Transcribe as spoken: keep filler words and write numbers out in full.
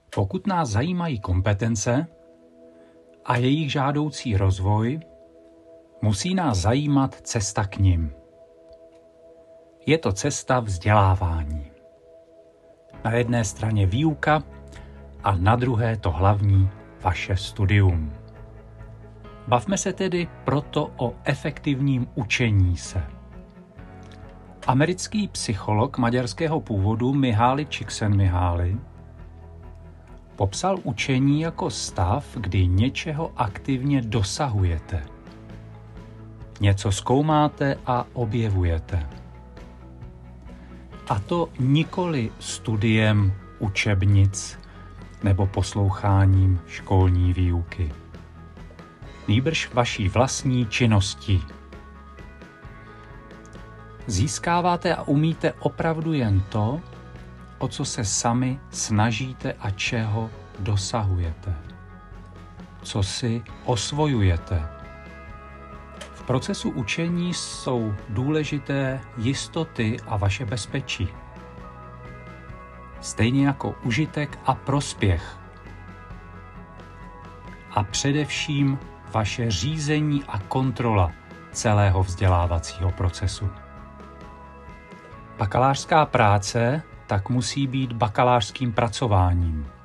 Pokud nás zajímají kompetence a jejich žádoucí rozvoj, musí nás zajímat cesta k nim. Je to cesta vzdělávání. Na jedné straně výuka a na druhé to hlavní vaše studium. Bavme se tedy proto o efektivním učení se. Americký psycholog maďarského původu Mihaly Csikszentmihalyi popsal učení jako stav, kdy něčeho aktivně dosahujete. Něco zkoumáte a objevujete. A to nikoli studiem učebnic nebo posloucháním školní výuky. Nýbrž vaší vlastní činností. Získáváte a umíte opravdu jen to, o co se sami snažíte a čeho dosahujete. Co si osvojujete. V procesu učení jsou důležité jistoty a vaše bezpečí. Stejně jako užitek a prospěch. A především vaše řízení a kontrola celého vzdělávacího procesu. Bakalářská práce tak musí být bakalářským pracováním.